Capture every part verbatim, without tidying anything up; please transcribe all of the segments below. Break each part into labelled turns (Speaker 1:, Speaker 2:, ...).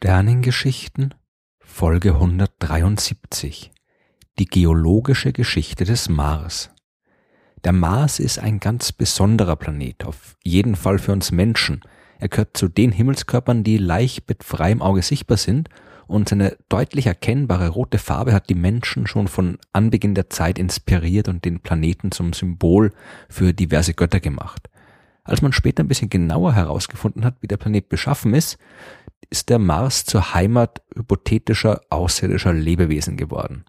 Speaker 1: Sternengeschichten, Folge hundertdreiundsiebzig. Die geologische Geschichte des Mars. Der Mars ist ein ganz besonderer Planet, auf jeden Fall für uns Menschen. Er gehört zu den Himmelskörpern, die leicht mit freiem Auge sichtbar sind, und seine deutlich erkennbare rote Farbe hat die Menschen schon von Anbeginn der Zeit inspiriert und den Planeten zum Symbol für diverse Götter gemacht. Als man später ein bisschen genauer herausgefunden hat, wie der Planet beschaffen ist, ist der Mars zur Heimat hypothetischer außerirdischer Lebewesen geworden.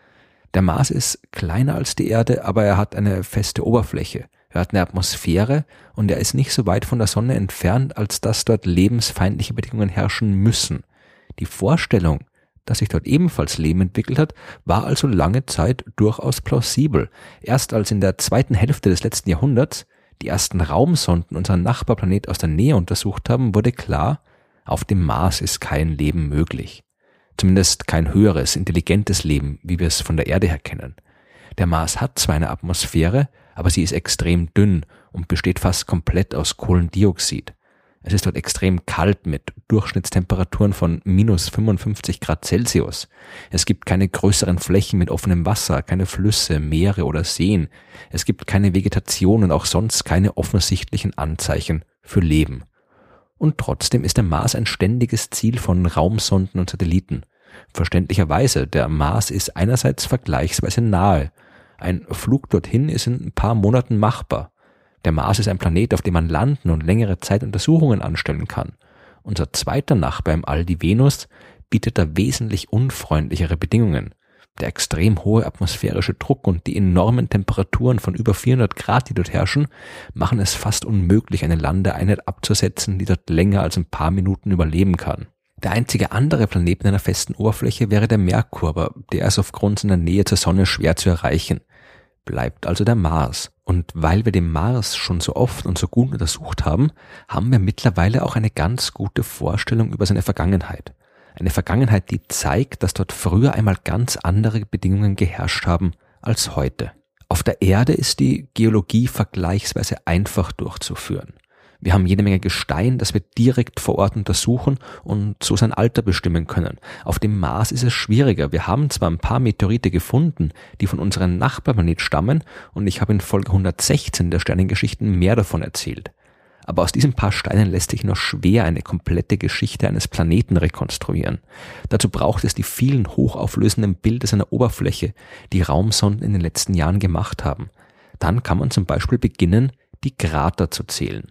Speaker 1: Der Mars ist kleiner als die Erde, aber er hat eine feste Oberfläche. Er hat eine Atmosphäre und er ist nicht so weit von der Sonne entfernt, als dass dort lebensfeindliche Bedingungen herrschen müssen. Die Vorstellung, dass sich dort ebenfalls Leben entwickelt hat, war also lange Zeit durchaus plausibel. Erst als in der zweiten Hälfte des letzten Jahrhunderts die ersten Raumsonden unseren Nachbarplanet aus der Nähe untersucht haben, wurde klar, auf dem Mars ist kein Leben möglich. Zumindest kein höheres, intelligentes Leben, wie wir es von der Erde her kennen. Der Mars hat zwar eine Atmosphäre, aber sie ist extrem dünn und besteht fast komplett aus Kohlendioxid. Es ist dort extrem kalt mit Durchschnittstemperaturen von minus fünfundfünfzig Grad Celsius. Es gibt keine größeren Flächen mit offenem Wasser, keine Flüsse, Meere oder Seen. Es gibt keine Vegetation und auch sonst keine offensichtlichen Anzeichen für Leben. Und trotzdem ist der Mars ein ständiges Ziel von Raumsonden und Satelliten. Verständlicherweise, der Mars ist einerseits vergleichsweise nahe. Ein Flug dorthin ist in ein paar Monaten machbar. Der Mars ist ein Planet, auf dem man landen und längere Zeit Untersuchungen anstellen kann. Unser zweiter Nachbar im All, die Venus, bietet da wesentlich unfreundlichere Bedingungen. Der extrem hohe atmosphärische Druck und die enormen Temperaturen von über vierhundert Grad, die dort herrschen, machen es fast unmöglich, eine Landeeinheit abzusetzen, die dort länger als ein paar Minuten überleben kann. Der einzige andere Planet mit einer festen Oberfläche wäre der Merkur, aber der ist aufgrund seiner Nähe zur Sonne schwer zu erreichen. Bleibt also der Mars. Und weil wir den Mars schon so oft und so gut untersucht haben, haben wir mittlerweile auch eine ganz gute Vorstellung über seine Vergangenheit. Eine Vergangenheit, die zeigt, dass dort früher einmal ganz andere Bedingungen geherrscht haben als heute. Auf der Erde ist die Geologie vergleichsweise einfach durchzuführen. Wir haben jede Menge Gestein, das wir direkt vor Ort untersuchen und so sein Alter bestimmen können. Auf dem Mars ist es schwieriger. Wir haben zwar ein paar Meteorite gefunden, die von unserem Nachbarplanet stammen, und ich habe in Folge hundertsechzehn der Sternengeschichten mehr davon erzählt. Aber aus diesen paar Steinen lässt sich noch schwer eine komplette Geschichte eines Planeten rekonstruieren. Dazu braucht es die vielen hochauflösenden Bilder seiner Oberfläche, die Raumsonden in den letzten Jahren gemacht haben. Dann kann man zum Beispiel beginnen, die Krater zu zählen.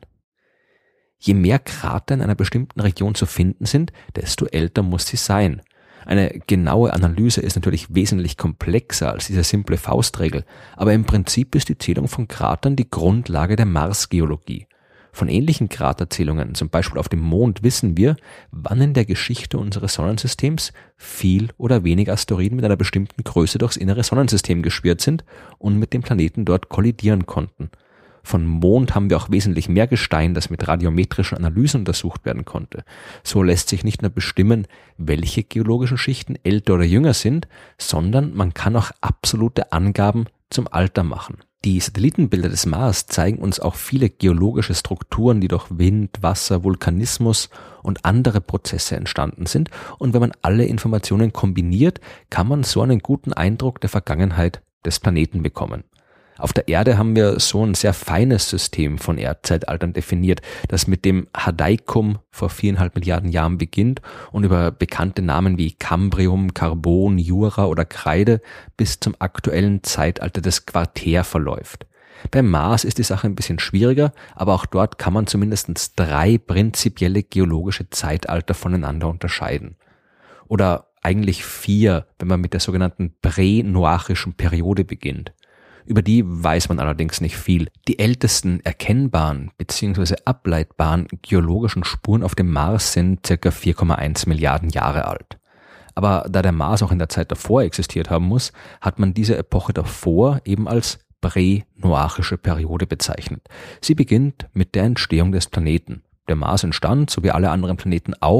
Speaker 1: Je mehr Krater in einer bestimmten Region zu finden sind, desto älter muss sie sein. Eine genaue Analyse ist natürlich wesentlich komplexer als diese simple Faustregel, aber im Prinzip ist die Zählung von Kratern die Grundlage der Marsgeologie. Von ähnlichen Kraterzählungen, zum Beispiel auf dem Mond, wissen wir, wann in der Geschichte unseres Sonnensystems viel oder wenig Asteroiden mit einer bestimmten Größe durchs innere Sonnensystem geschwirrt sind und mit dem Planeten dort kollidieren konnten. Von Mond haben wir auch wesentlich mehr Gestein, das mit radiometrischen Analysen untersucht werden konnte. So lässt sich nicht nur bestimmen, welche geologischen Schichten älter oder jünger sind, sondern man kann auch absolute Angaben zum Alter machen. Die Satellitenbilder des Mars zeigen uns auch viele geologische Strukturen, die durch Wind, Wasser, Vulkanismus und andere Prozesse entstanden sind. Und wenn man alle Informationen kombiniert, kann man so einen guten Eindruck der Vergangenheit des Planeten bekommen. Auf der Erde haben wir so ein sehr feines System von Erdzeitaltern definiert, das mit dem Hadaikum vor viereinhalb Milliarden Jahren beginnt und über bekannte Namen wie Kambrium, Karbon, Jura oder Kreide bis zum aktuellen Zeitalter des Quartär verläuft. Beim Mars ist die Sache ein bisschen schwieriger, aber auch dort kann man zumindest drei prinzipielle geologische Zeitalter voneinander unterscheiden. Oder eigentlich vier, wenn man mit der sogenannten pränoachischen Periode beginnt. Über die weiß man allerdings nicht viel. Die ältesten erkennbaren bzw. ableitbaren geologischen Spuren auf dem Mars sind ca. vier Komma eins Milliarden Jahre alt. Aber da der Mars auch in der Zeit davor existiert haben muss, hat man diese Epoche davor eben als pränoachische Periode bezeichnet. Sie beginnt mit der Entstehung des Planeten. Der Mars entstand, so wie alle anderen Planeten auch,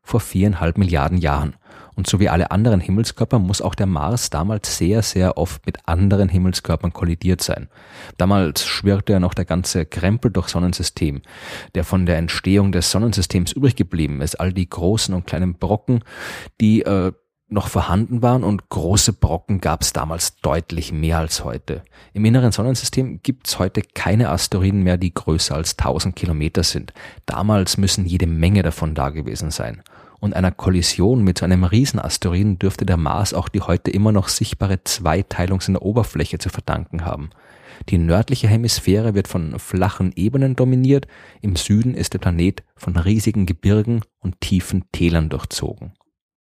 Speaker 1: vor viereinhalb Milliarden Jahren. Und so wie alle anderen Himmelskörper muss auch der Mars damals sehr, sehr oft mit anderen Himmelskörpern kollidiert sein. Damals schwirrte ja noch der ganze Krempel durchs Sonnensystem, der von der Entstehung des Sonnensystems übrig geblieben ist. All die großen und kleinen Brocken, die äh, noch vorhanden waren, und große Brocken gab es damals deutlich mehr als heute. Im inneren Sonnensystem gibt es heute keine Asteroiden mehr, die größer als tausend Kilometer sind. Damals müssen jede Menge davon da gewesen sein. Und einer Kollision mit so einem Riesenasteroiden dürfte der Mars auch die heute immer noch sichtbare Zweiteilung seiner Oberfläche zu verdanken haben. Die nördliche Hemisphäre wird von flachen Ebenen dominiert, im Süden ist der Planet von riesigen Gebirgen und tiefen Tälern durchzogen.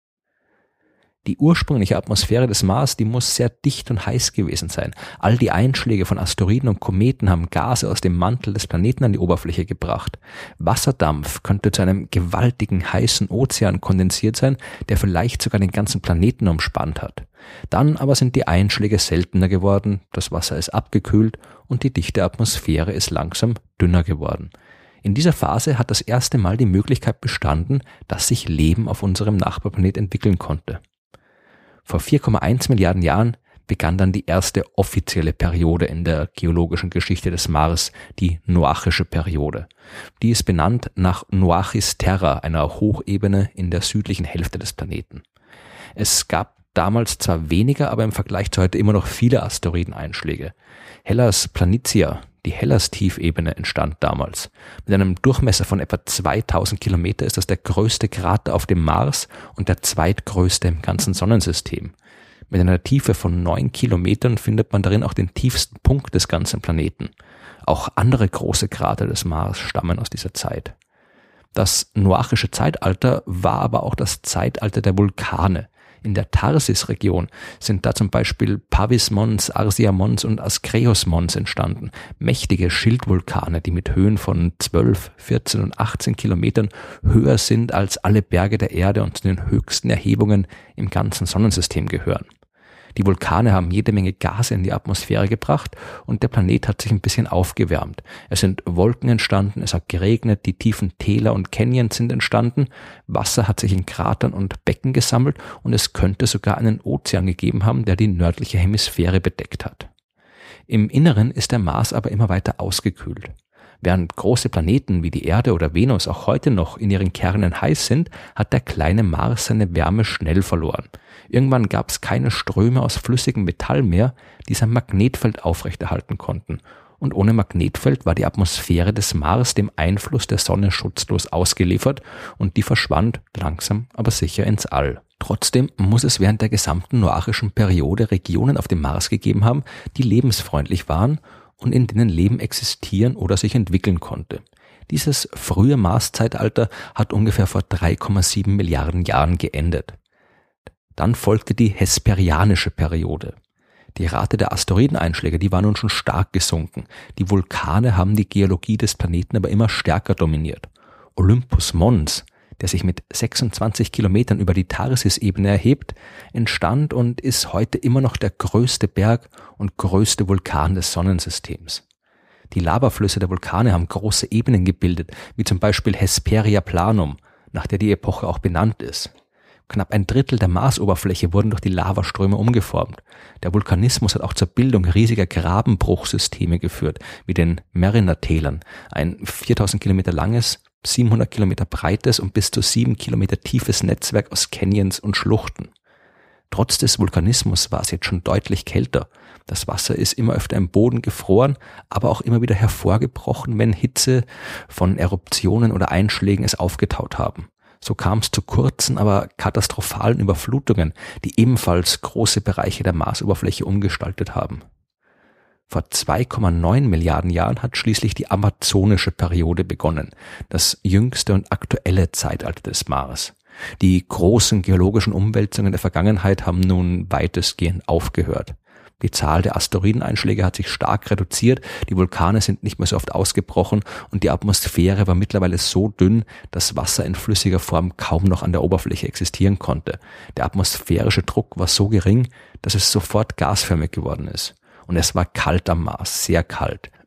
Speaker 1: Die ursprüngliche Atmosphäre des Mars, die muss sehr dicht und heiß gewesen sein. All die Einschläge von Asteroiden und Kometen haben Gase aus dem Mantel des Planeten an die Oberfläche gebracht. Wasserdampf könnte zu einem gewaltigen heißen Ozean kondensiert sein, der vielleicht sogar den ganzen Planeten umspannt hat. Dann aber sind die Einschläge seltener geworden, das Wasser ist abgekühlt und die dichte Atmosphäre ist langsam dünner geworden. In dieser Phase hat das erste Mal die Möglichkeit bestanden, dass sich Leben auf unserem Nachbarplanet entwickeln konnte. Vor vier Komma eins Milliarden Jahren begann dann die erste offizielle Periode in der geologischen Geschichte des Mars, die Noachische Periode. Die ist benannt nach Noachis Terra, einer Hochebene in der südlichen Hälfte des Planeten. Es gab damals zwar weniger, aber im Vergleich zu heute immer noch viele Asteroideneinschläge. Hellas Planitia, die Hellas-Tiefebene, entstand damals. Mit einem Durchmesser von etwa zweitausend Kilometer ist das der größte Krater auf dem Mars und der zweitgrößte im ganzen Sonnensystem. Mit einer Tiefe von neun Kilometern findet man darin auch den tiefsten Punkt des ganzen Planeten. Auch andere große Krater des Mars stammen aus dieser Zeit. Das noachische Zeitalter war aber auch das Zeitalter der Vulkane. In der Tharsis-Region sind da zum Beispiel Pavis Mons, Arsia Mons und Asklepios Mons entstanden. Mächtige Schildvulkane, die mit Höhen von zwölf, vierzehn und achtzehn Kilometern höher sind als alle Berge der Erde und zu den höchsten Erhebungen im ganzen Sonnensystem gehören. Die Vulkane haben jede Menge Gase in die Atmosphäre gebracht und der Planet hat sich ein bisschen aufgewärmt. Es sind Wolken entstanden, es hat geregnet, die tiefen Täler und Canyons sind entstanden, Wasser hat sich in Kratern und Becken gesammelt und es könnte sogar einen Ozean gegeben haben, der die nördliche Hemisphäre bedeckt hat. Im Inneren ist der Mars aber immer weiter ausgekühlt. Während große Planeten wie die Erde oder Venus auch heute noch in ihren Kernen heiß sind, hat der kleine Mars seine Wärme schnell verloren. Irgendwann gab es keine Ströme aus flüssigem Metall mehr, die sein Magnetfeld aufrechterhalten konnten. Und ohne Magnetfeld war die Atmosphäre des Mars dem Einfluss der Sonne schutzlos ausgeliefert und die verschwand langsam aber sicher ins All. Trotzdem muss es während der gesamten noachischen Periode Regionen auf dem Mars gegeben haben, die lebensfreundlich waren und in denen Leben existieren oder sich entwickeln konnte. Dieses frühe Marszeitalter hat ungefähr vor drei Komma sieben Milliarden Jahren geendet. Dann folgte die Hesperianische Periode. Die Rate der Asteroideneinschläge, die war nun schon stark gesunken. Die Vulkane haben die Geologie des Planeten aber immer stärker dominiert. Olympus Mons, der sich mit sechsundzwanzig Kilometern über die Tharsis-Ebene erhebt, entstand und ist heute immer noch der größte Berg und größte Vulkan des Sonnensystems. Die Lavaflüsse der Vulkane haben große Ebenen gebildet, wie zum Beispiel Hesperia Planum, nach der die Epoche auch benannt ist. Knapp ein Drittel der Marsoberfläche wurden durch die Lavaströme umgeformt. Der Vulkanismus hat auch zur Bildung riesiger Grabenbruchsysteme geführt, wie den Merina-Tälern, ein viertausend Kilometer langes, siebenhundert Kilometer breites und bis zu sieben Kilometer tiefes Netzwerk aus Canyons und Schluchten. Trotz des Vulkanismus war es jetzt schon deutlich kälter. Das Wasser ist immer öfter im Boden gefroren, aber auch immer wieder hervorgebrochen, wenn Hitze von Eruptionen oder Einschlägen es aufgetaut haben. So kam es zu kurzen, aber katastrophalen Überflutungen, die ebenfalls große Bereiche der Marsoberfläche umgestaltet haben. Vor zwei Komma neun Milliarden Jahren hat schließlich die Amazonische Periode begonnen, das jüngste und aktuelle Zeitalter des Mars. Die großen geologischen Umwälzungen der Vergangenheit haben nun weitestgehend aufgehört. Die Zahl der Asteroideneinschläge hat sich stark reduziert, die Vulkane sind nicht mehr so oft ausgebrochen und die Atmosphäre war mittlerweile so dünn, dass Wasser in flüssiger Form kaum noch an der Oberfläche existieren konnte. Der atmosphärische Druck war so gering, dass es sofort gasförmig geworden ist. Und es war kalt am Mars, sehr kalt.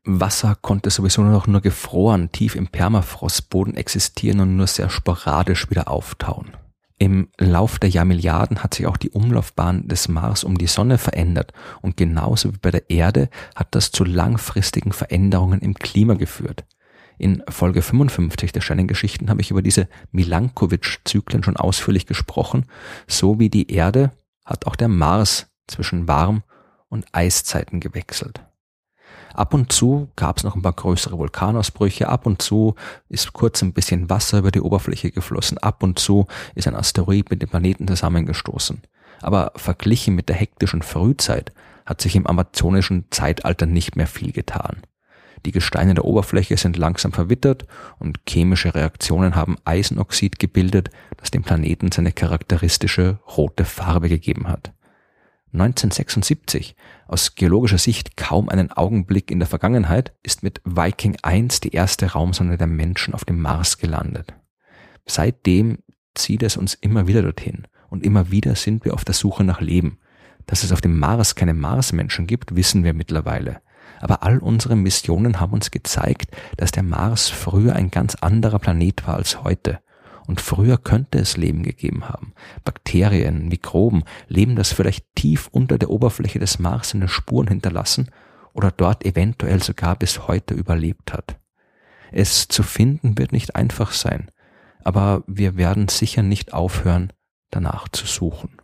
Speaker 1: Wasser konnte sowieso nur noch nur gefroren, tief im Permafrostboden existieren und nur sehr sporadisch wieder auftauen. Im Lauf der Jahrmilliarden hat sich auch die Umlaufbahn des Mars um die Sonne verändert und genauso wie bei der Erde hat das zu langfristigen Veränderungen im Klima geführt. In Folge fünfundfünfzig der Sternengeschichten habe ich über diese Milankovitch-Zyklen schon ausführlich gesprochen. So wie die Erde hat auch der Mars zwischen Warm- und Eiszeiten gewechselt. Ab und zu gab es noch ein paar größere Vulkanausbrüche, ab und zu ist kurz ein bisschen Wasser über die Oberfläche geflossen, ab und zu ist ein Asteroid mit dem Planeten zusammengestoßen. Aber verglichen mit der hektischen Frühzeit hat sich im amazonischen Zeitalter nicht mehr viel getan. Die Gesteine der Oberfläche sind langsam verwittert und chemische Reaktionen haben Eisenoxid gebildet, das dem Planeten seine charakteristische rote Farbe gegeben hat. neunzehnhundertsechsundsiebzig, aus geologischer Sicht kaum einen Augenblick in der Vergangenheit, ist mit Viking eins die erste Raumsonde der Menschen auf dem Mars gelandet. Seitdem zieht es uns immer wieder dorthin und immer wieder sind wir auf der Suche nach Leben. Dass es auf dem Mars keine Marsmenschen gibt, wissen wir mittlerweile. Aber all unsere Missionen haben uns gezeigt, dass der Mars früher ein ganz anderer Planet war als heute. Und früher könnte es Leben gegeben haben. Bakterien, Mikroben, Leben, das vielleicht tief unter der Oberfläche des Mars seine Spuren hinterlassen oder dort eventuell sogar bis heute überlebt hat. Es zu finden wird nicht einfach sein, aber wir werden sicher nicht aufhören, danach zu suchen.